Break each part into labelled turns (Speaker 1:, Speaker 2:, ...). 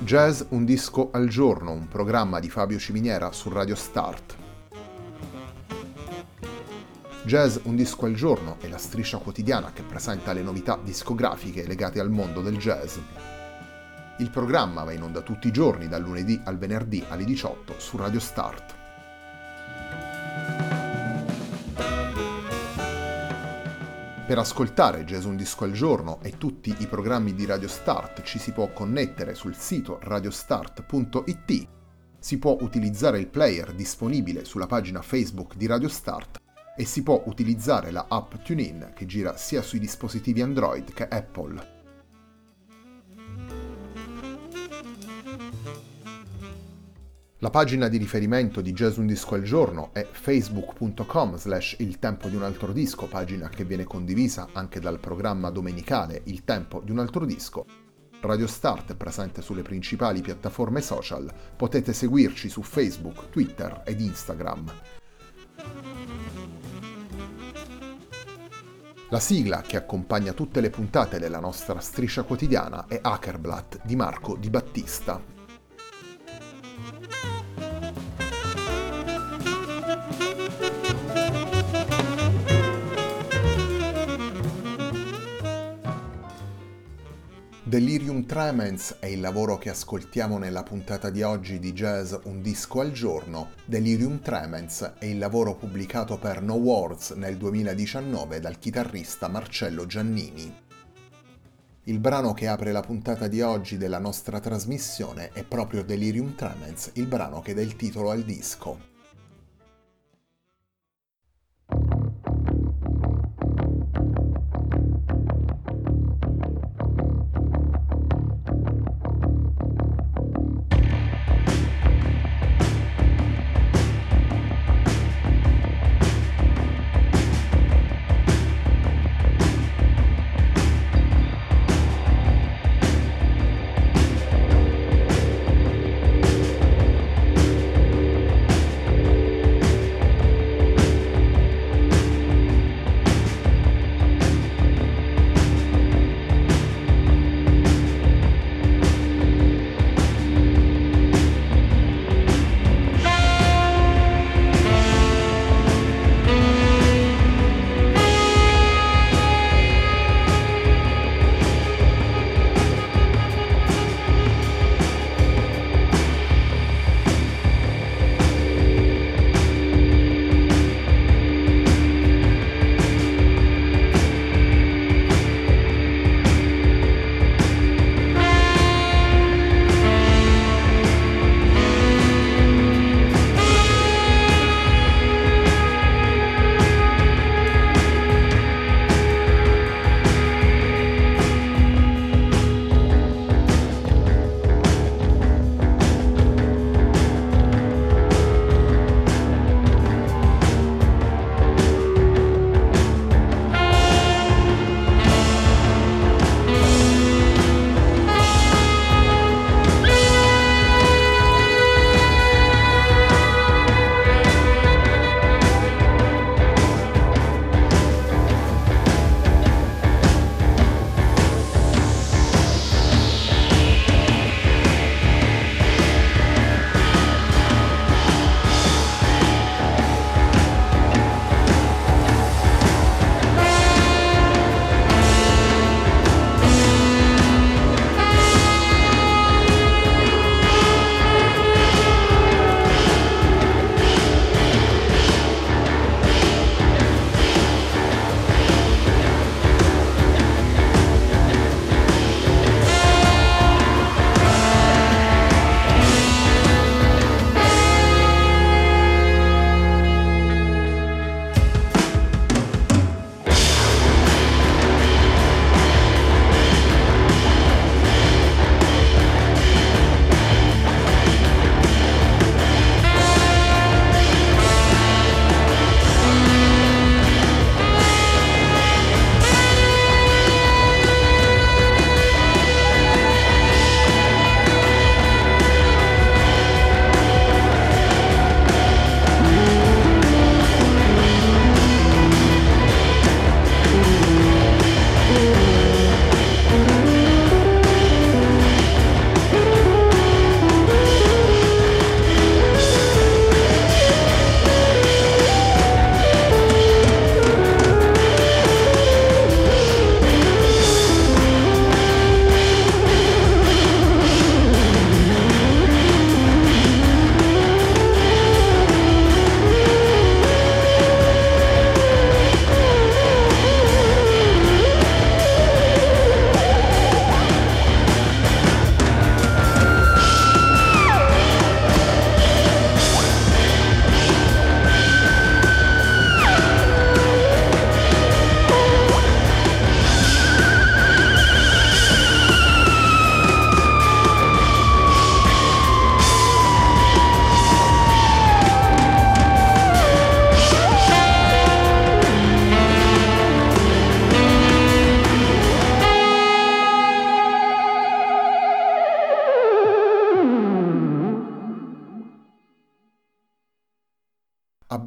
Speaker 1: Jazz un disco al giorno, un programma di Fabio Ciminiera su Radio Start. Jazz un disco al giorno è la striscia quotidiana che presenta le novità discografiche legate al mondo del jazz. Il programma va in onda tutti i giorni dal lunedì al venerdì alle 18 su Radio Start. Per ascoltare Jazz un disco al giorno e tutti i programmi di Radio Start ci si può connettere sul sito radiostart.it, si può utilizzare il player disponibile sulla pagina Facebook di Radio Start e si può utilizzare la app TuneIn che gira sia sui dispositivi Android che Apple. La pagina di riferimento di Jazz un disco al giorno è facebook.com/Il tempo di un altro disco, pagina che viene condivisa anche dal programma domenicale Il tempo di un altro disco. Radio Start è presente sulle principali piattaforme social, potete seguirci su Facebook, Twitter ed Instagram. La sigla che accompagna tutte le puntate della nostra striscia quotidiana è Hackerblatt di Marco Di Battista. Delirium Tremens è il lavoro che ascoltiamo nella puntata di oggi di Jazz un disco al giorno. Delirium Tremens è il lavoro pubblicato per No Words nel 2019 dal chitarrista Marcello Giannini. Il brano che apre la puntata di oggi della nostra trasmissione è proprio Delirium Tremens, il brano che dà il titolo al disco.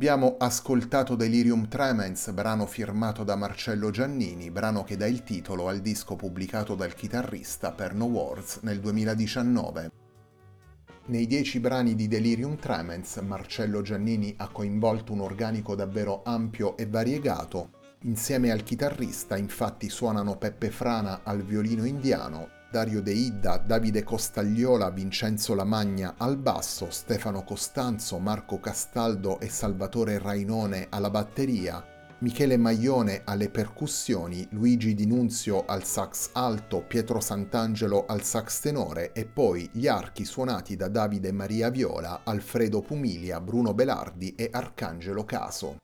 Speaker 1: Abbiamo ascoltato Delirium Tremens, brano firmato da Marcello Giannini, brano che dà il titolo al disco pubblicato dal chitarrista per No Words nel 2019. Nei 10 brani di Delirium Tremens, Marcello Giannini ha coinvolto un organico davvero ampio e variegato. Insieme al chitarrista infatti suonano Peppe Frana al violino indiano, Dario De Idda, Davide Costagliola, Vincenzo Lamagna al basso, Stefano Costanzo, Marco Castaldo e Salvatore Rainone alla batteria, Michele Maglione alle percussioni, Luigi Di Nunzio al sax alto, Pietro Sant'Angelo al sax tenore e poi gli archi suonati da Davide Maria Viola, Alfredo Pumilia, Bruno Belardi e Arcangelo Caso.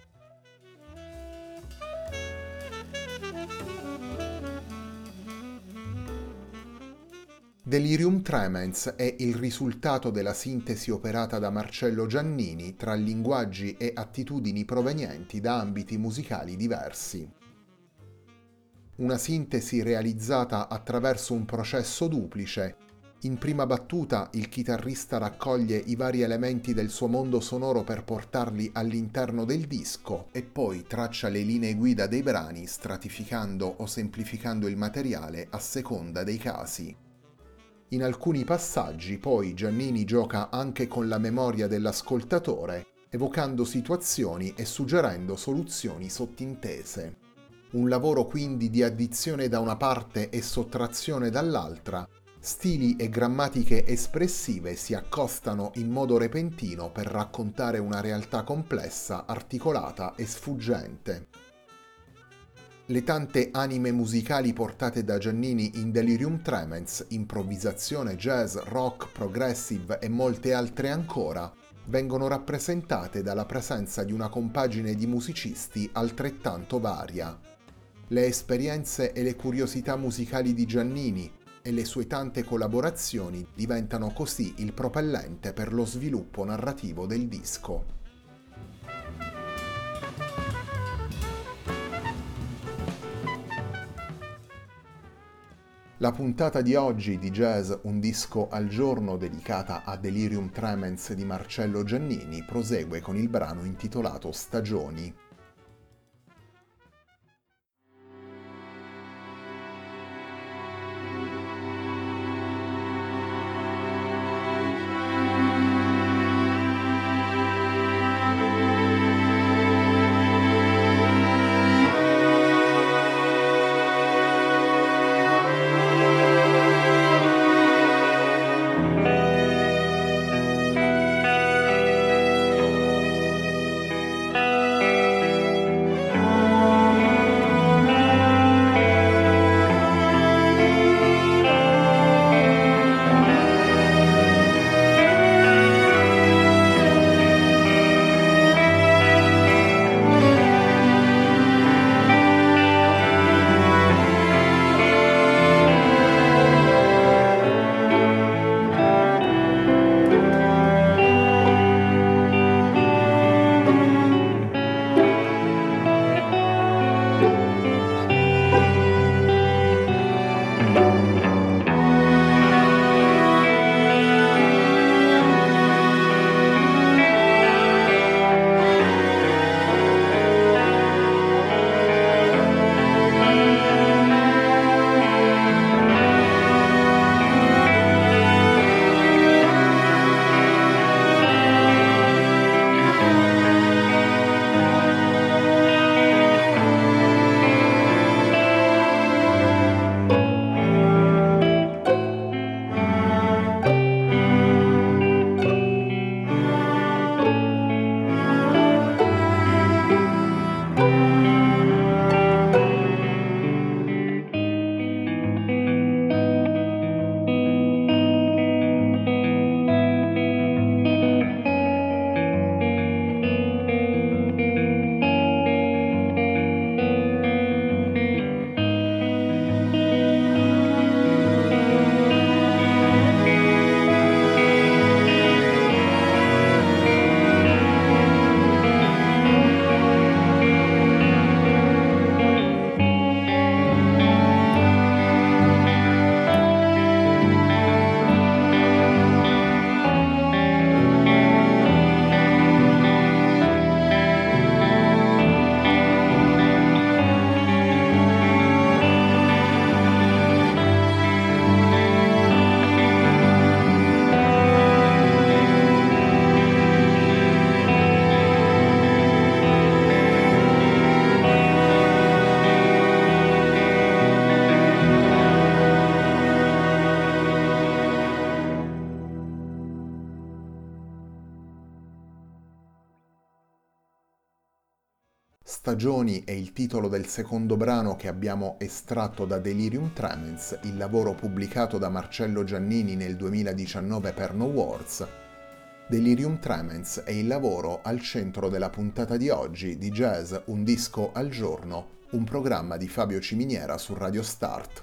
Speaker 1: Delirium Tremens è il risultato della sintesi operata da Marcello Giannini tra linguaggi e attitudini provenienti da ambiti musicali diversi. Una sintesi realizzata attraverso un processo duplice. In prima battuta il chitarrista raccoglie i vari elementi del suo mondo sonoro per portarli all'interno del disco e poi traccia le linee guida dei brani stratificando o semplificando il materiale a seconda dei casi. In alcuni passaggi poi Giannini gioca anche con la memoria dell'ascoltatore, evocando situazioni e suggerendo soluzioni sottintese. Un lavoro quindi di addizione da una parte e sottrazione dall'altra, stili e grammatiche espressive si accostano in modo repentino per raccontare una realtà complessa, articolata e sfuggente. Le tante anime musicali portate da Giannini in Delirium Tremens, improvvisazione, jazz, rock, progressive e molte altre ancora, vengono rappresentate dalla presenza di una compagine di musicisti altrettanto varia. Le esperienze e le curiosità musicali di Giannini e le sue tante collaborazioni diventano così il propellente per lo sviluppo narrativo del disco. La puntata di oggi di Jazz Un disco al giorno dedicata a Delirium Tremens di Marcello Giannini prosegue con il brano intitolato Stagioni. Stagioni è il titolo del secondo brano che abbiamo estratto da Delirium Tremens, il lavoro pubblicato da Marcello Giannini nel 2019 per No Words. Delirium Tremens è il lavoro al centro della puntata di oggi di Jazz Un disco al giorno, un programma di Fabio Ciminiera su Radio Start.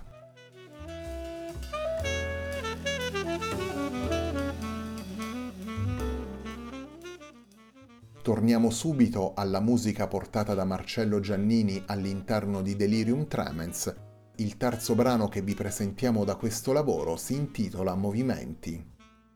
Speaker 1: Torniamo subito alla musica portata da Marcello Giannini all'interno di Delirium Tremens. Il terzo brano che vi presentiamo da questo lavoro si intitola Movimenti.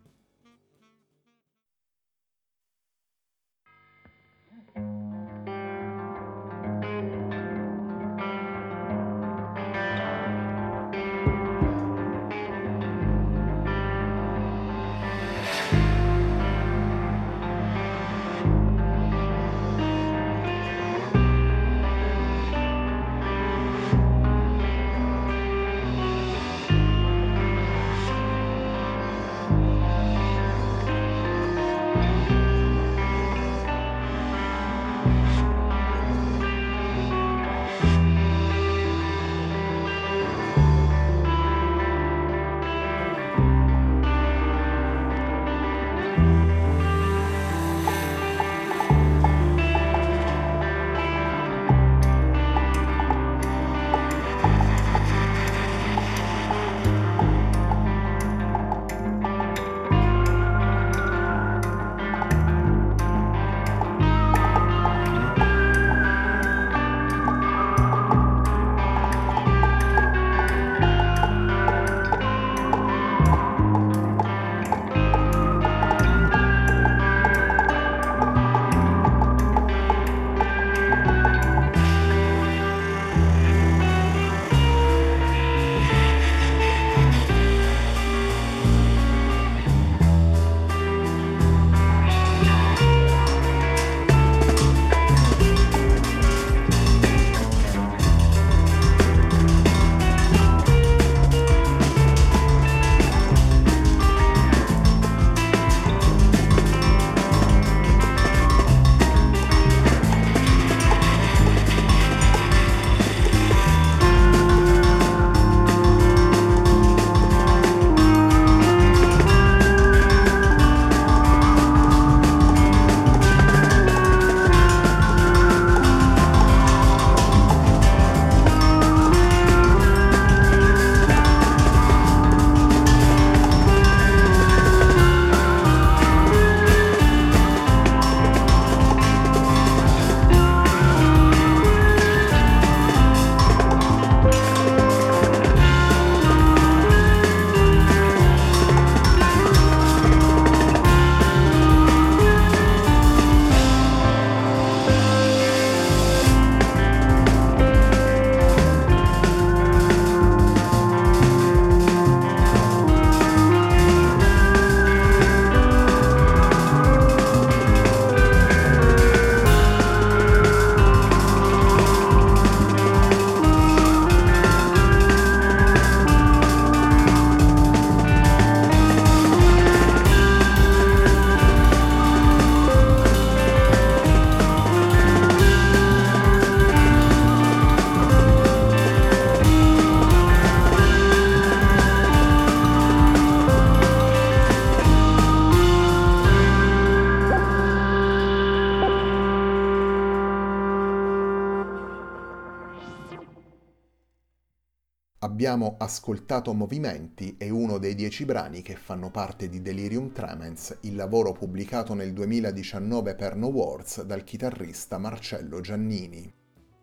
Speaker 1: Abbiamo ascoltato Movimenti è uno dei 10 brani che fanno parte di Delirium Tremens, il lavoro pubblicato nel 2019 per No Words dal chitarrista Marcello Giannini.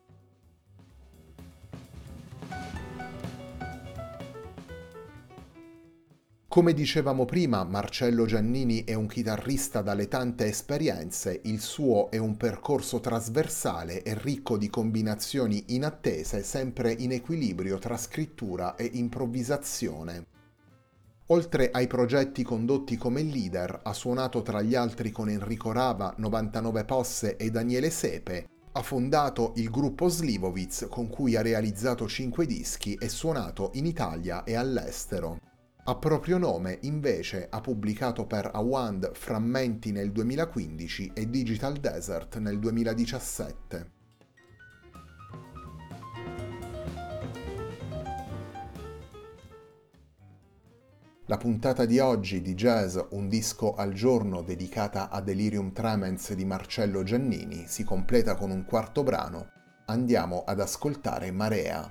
Speaker 1: Come dicevamo prima, Marcello Giannini è un chitarrista dalle tante esperienze, il suo è un percorso trasversale e ricco di combinazioni inattese, sempre in equilibrio tra scrittura e improvvisazione. Oltre ai progetti condotti come leader, ha suonato tra gli altri con Enrico Rava, 99 Posse e Daniele Sepe, ha fondato il gruppo Slivovitz con cui ha realizzato 5 dischi e suonato in Italia e all'estero. A proprio nome, invece, ha pubblicato per Awand Frammenti nel 2015 e Digital Desert nel 2017. La puntata di oggi di Jazz Un disco al giorno dedicata a Delirium Tremens di Marcello Giannini si completa con un quarto brano. Andiamo ad ascoltare Marea.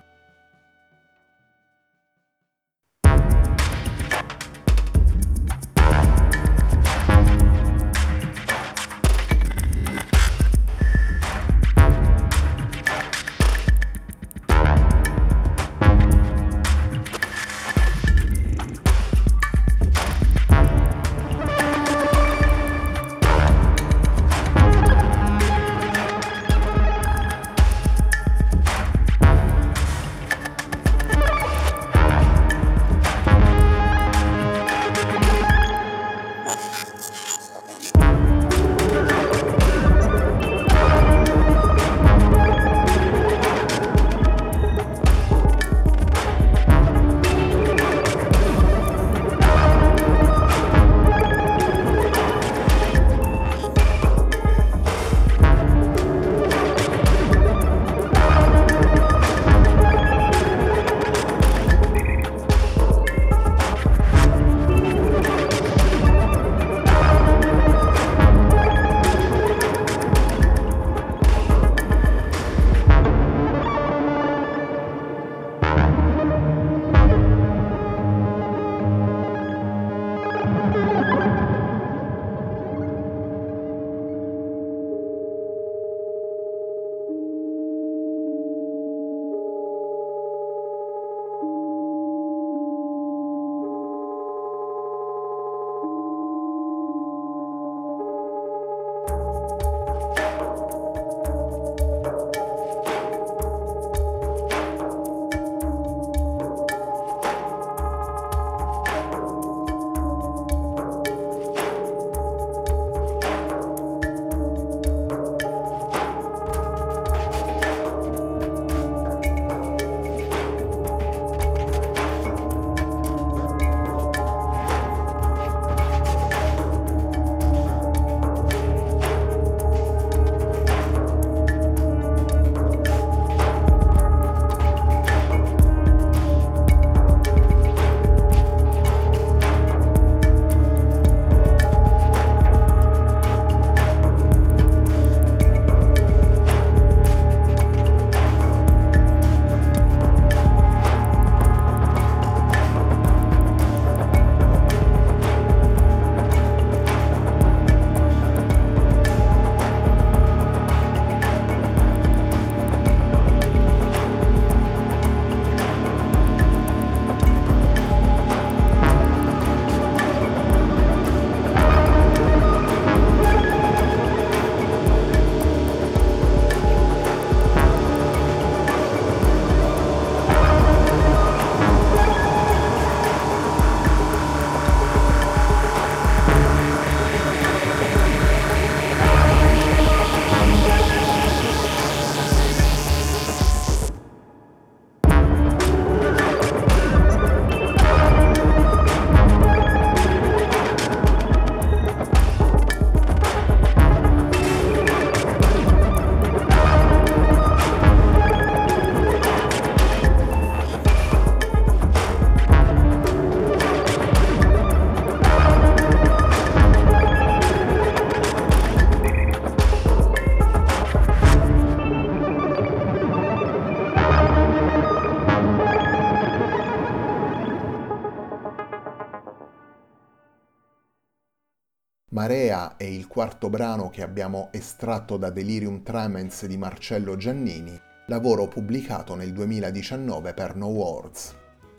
Speaker 1: Marea è il quarto brano che abbiamo estratto da Delirium Tremens di Marcello Giannini, lavoro pubblicato nel 2019 per No Words.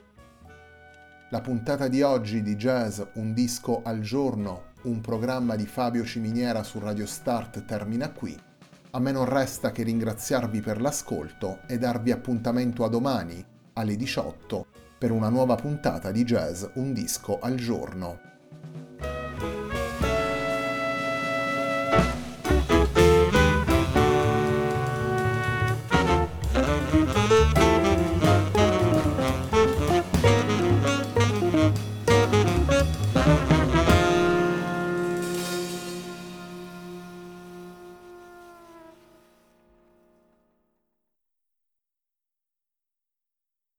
Speaker 1: La puntata di oggi di Jazz Un disco al giorno, un programma di Fabio Ciminiera su Radio Start termina qui. A me non resta che ringraziarvi per l'ascolto e darvi appuntamento a domani, alle 18, per una nuova puntata di Jazz Un disco al giorno.